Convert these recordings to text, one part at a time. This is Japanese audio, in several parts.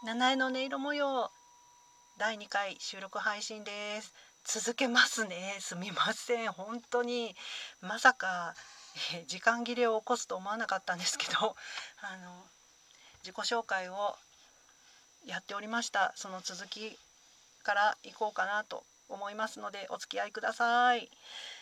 七重の音色模様第2回収録配信です。続けますね。すみません。本当にまさか、時間切れを起こすと思わなかったんですけど、自己紹介をやっておりました。その続きからいこうかなと思いますのでお付き合いください。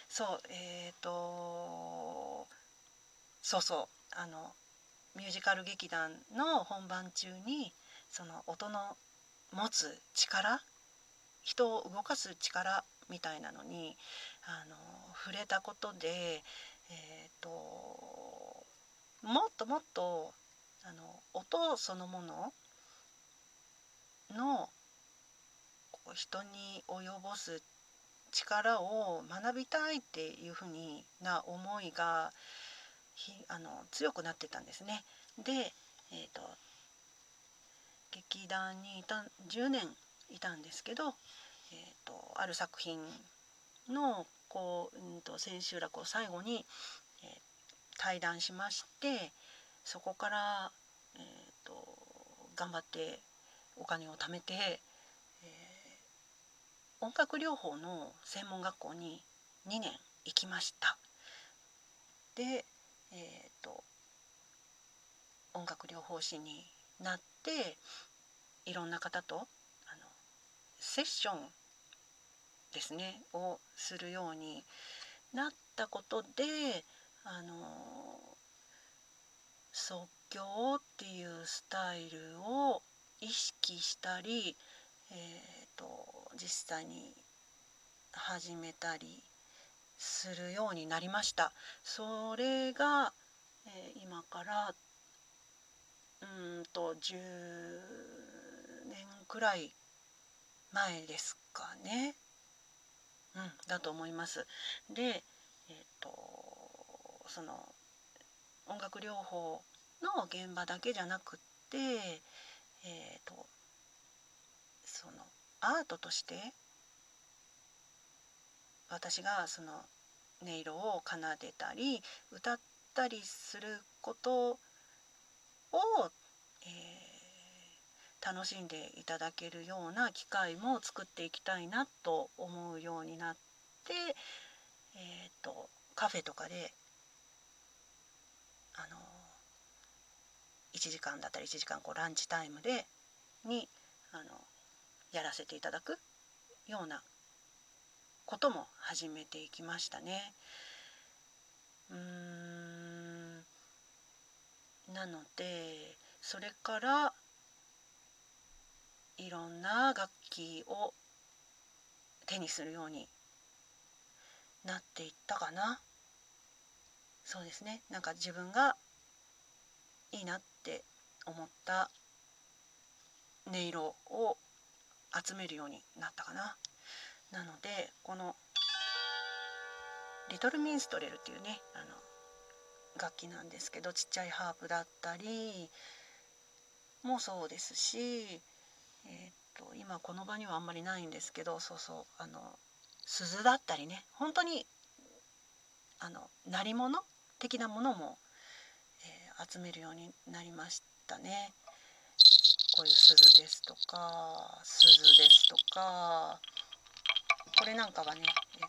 ミュージカル劇団の本番中にその音の持つ力、人を動かす力みたいなのに触れたことで、もっともっと音そのものの人に及ぼす力を学びたいっていうふうな思いが強くなってたんですね。で、劇団に10年いたんですけど、ある作品の千秋楽を最後に、対談しまして、そこから、頑張ってお金を貯めて、音楽療法の専門学校に2年行きました。で、音楽療法士になっていろんな方とセッションですねをするようになったことで即興っていうスタイルを意識したり、実際に始めたりするようになりました。それが、今から10年くらい前ですかね。だと思います。で、その音楽療法の現場だけじゃなくって、そのアートとして私がその音色を奏でたり歌ったりすることを、楽しんでいただけるような機会も作っていきたいなと思うようになって、カフェとかで1時間だったり1時間ランチタイムでにやらせていただくようなことも始めていきましたね。なのでそれからいろんな楽器を手にするようになっていったかな。そうですね。なんか自分がいいなって思った音色を集めるようになったかな。なのでこのリトルミンストレルっていうね楽器なんですけど、ちっちゃいハープだったりもそうですし、今この場にはあんまりないんですけど、鈴だったりね、本当に鳴り物的なものも、集めるようになりましたね。こういう鈴ですとか鈴ですとか、これなんかはね、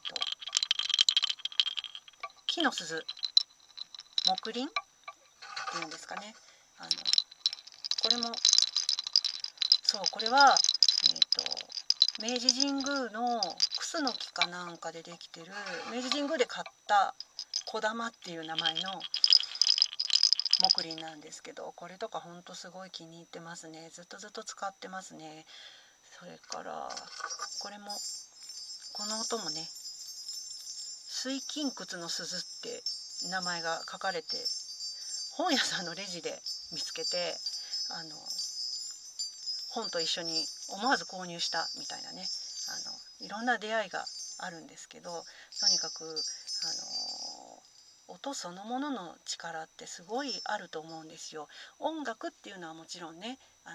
木の鈴、木鈴っていうんですかね。これもこれは、明治神宮のクスノキかなんかでできてる、明治神宮で買った小玉っていう名前の木鈴なんですけど、これとかほんとすごい気に入ってますね。ずっと使ってますね。それからこれも、この音もね、水金窟の鈴って名前が書かれて、本屋さんのレジで見つけて本と一緒に思わず購入したみたいなね、いろんな出会いがあるんですけど、とにかく音そのものの力ってすごいあると思うんですよ。音楽っていうのはもちろんね、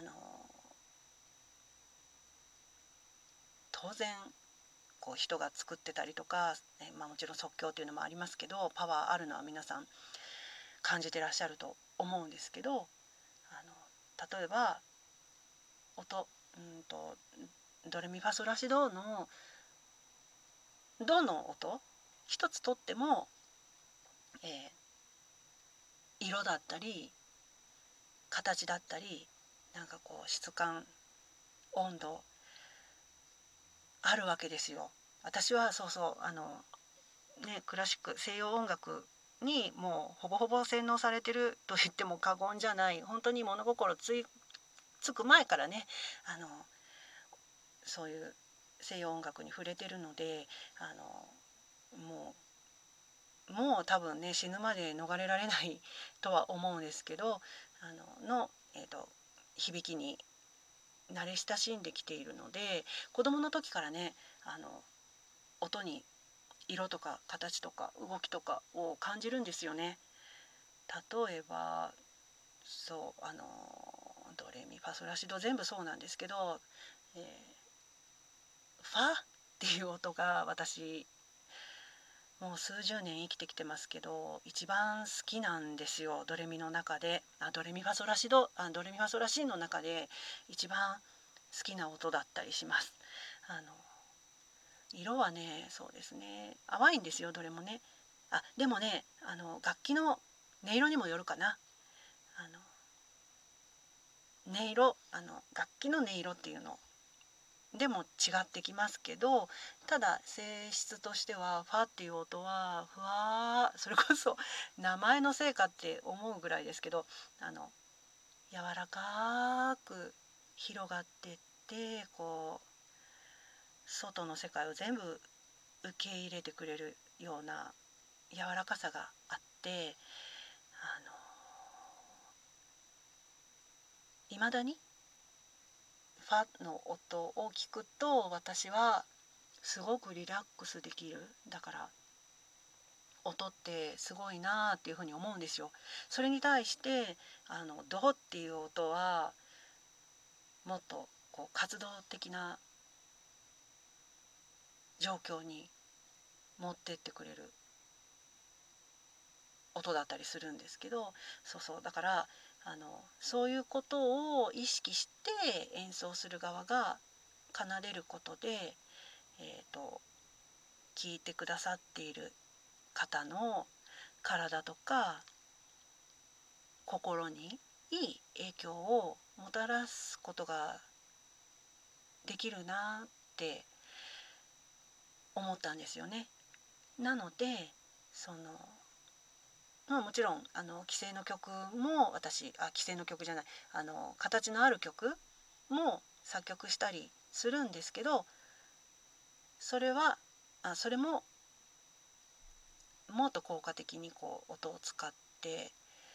当然人が作ってたりとか、もちろん即興っていうのもありますけど、パワーあるのは皆さん感じてらっしゃると思うんですけど、例えば音、ドレミファソラシドのどの音一つとっても、色だったり形だったり、なんかこう質感、温度あるわけですよ。私はそうそうクラシック西洋音楽にもうほぼほぼ洗脳されてると言っても過言じゃない、本当に物心つく前からね、そういう西洋音楽に触れてるので、もう多分ね死ぬまで逃れられないとは思うんですけど、響きに慣れ親しんできているので、子供の時からね音に色とか形とか動きとかを感じるんですよね。例えばドレミファソラシド全部そうなんですけど、ファっていう音が私もう数十年生きてきてますけど一番好きなんですよ。ドレミの中でドレミファソラシドドレミファソラシンの中で一番好きな音だったりします。色はねそうですね淡いんですよどれもね。でもね楽器の音色にもよるかな。音色楽器の音色っていうのでも違ってきますけど、ただ性質としてはファっていう音はふわー、それこそ名前のせいかって思うぐらいですけど、柔らかく広がってってこう外の世界を全部受け入れてくれるような柔らかさがあって、いまだにファの音を聞くと私はすごくリラックスできる。だから音ってすごいなっていうふうに思うんですよ。それに対してドっていう音はもっとこう活動的な状況に持ってってくれる音だったりするんですけど、そうだからそういうことを意識して演奏する側が奏でることで、聴いてくださっている方の体とか心にいい影響をもたらすことができるなって思ったんですよね。なのでもちろん既成の曲も既成の曲じゃない形のある曲も作曲したりするんですけど、それももっと効果的にこう音を使って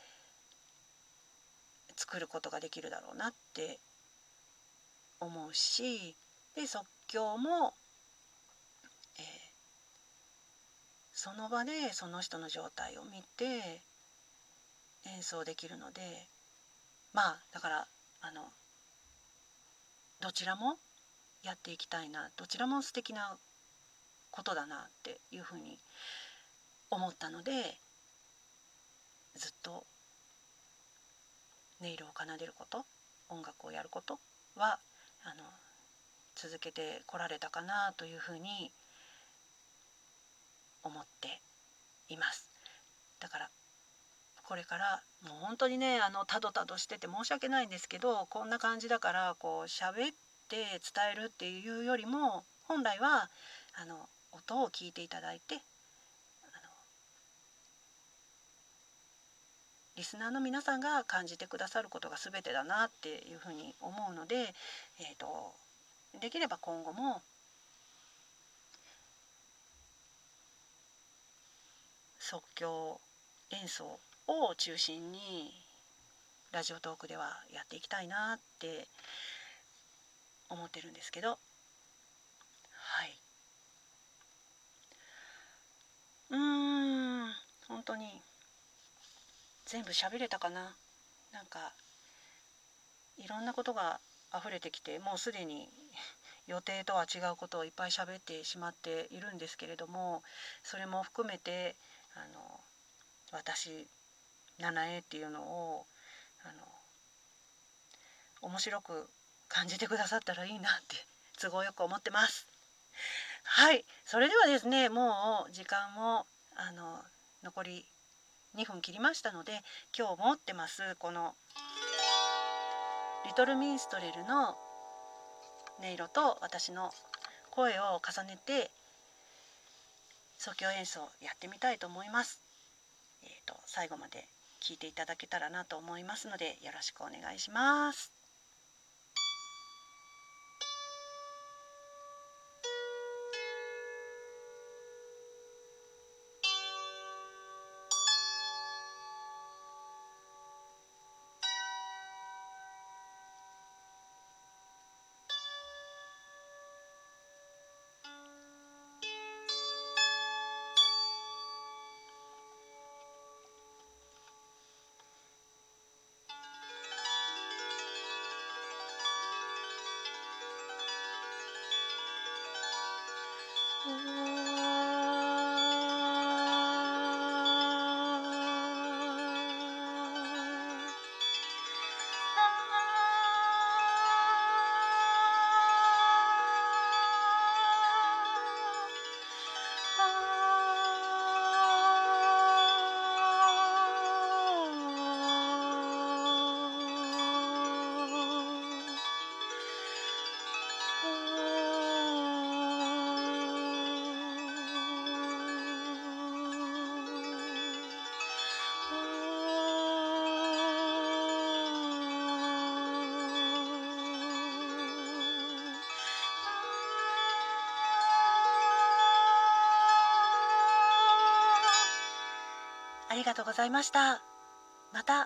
作ることができるだろうなって思うし、で即興も、えーその場でその人の状態を見て演奏できるので、だからどちらもやっていきたいな、どちらも素敵なことだなっていうふうに思ったので、ずっと音色を奏でること、音楽をやることは続けてこられたかなというふうに思っています。だからこれからもう本当にねたどたどしてて申し訳ないんですけど、こんな感じだからこう喋って伝えるっていうよりも本来は音を聞いていただいてリスナーの皆さんが感じてくださることが全てだなっていうふうに思うので、できれば今後も即興演奏を中心にラジオトークではやっていきたいなって思ってるんですけど、はい、本当に全部喋れたかな。なんかいろんなことが溢れてきて、もうすでに予定とは違うことをいっぱい喋ってしまっているんですけれども、それも含めて私七重っていうのを面白く感じてくださったらいいなって都合よく思ってます。はい、それではですね、もう時間も残り2分切りましたので、今日持ってますこのリトルミンストレルの音色と私の声を重ねて即興演奏やってみたいと思います。最後まで聞いていただけたらなと思いますのでよろしくお願いします。ありがとうございました。また